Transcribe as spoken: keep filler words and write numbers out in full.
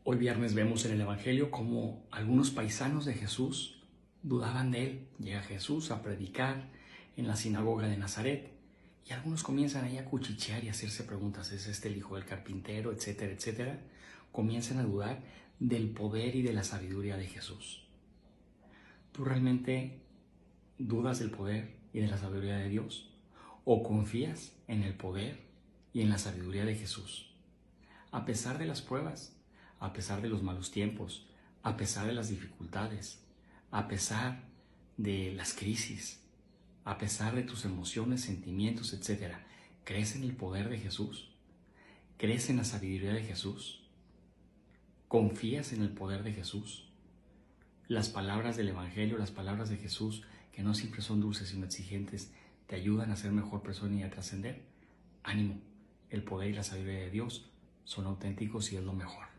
Hoy viernes vemos en el Evangelio cómo algunos paisanos de Jesús dudaban de él. Llega Jesús a predicar en la sinagoga de Nazaret y algunos comienzan ahí a cuchichear y a hacerse preguntas. ¿Es este el hijo del carpintero? Etcétera, etcétera. Comienzan a dudar del poder y de la sabiduría de Jesús. ¿Tú realmente dudas del poder y de la sabiduría de Dios? ¿O confías en el poder y en la sabiduría de Jesús? A pesar de las pruebas, a pesar de los malos tiempos, a pesar de las dificultades, a pesar de las crisis, a pesar de tus emociones, sentimientos, etcétera, ¿crees en el poder de Jesús? ¿Crees en la sabiduría de Jesús? ¿Confías en el poder de Jesús? Las palabras del Evangelio, las palabras de Jesús, que no siempre son dulces sino exigentes, ¿te ayudan a ser mejor persona y a trascender? Ánimo, el poder y la sabiduría de Dios son auténticos y es lo mejor.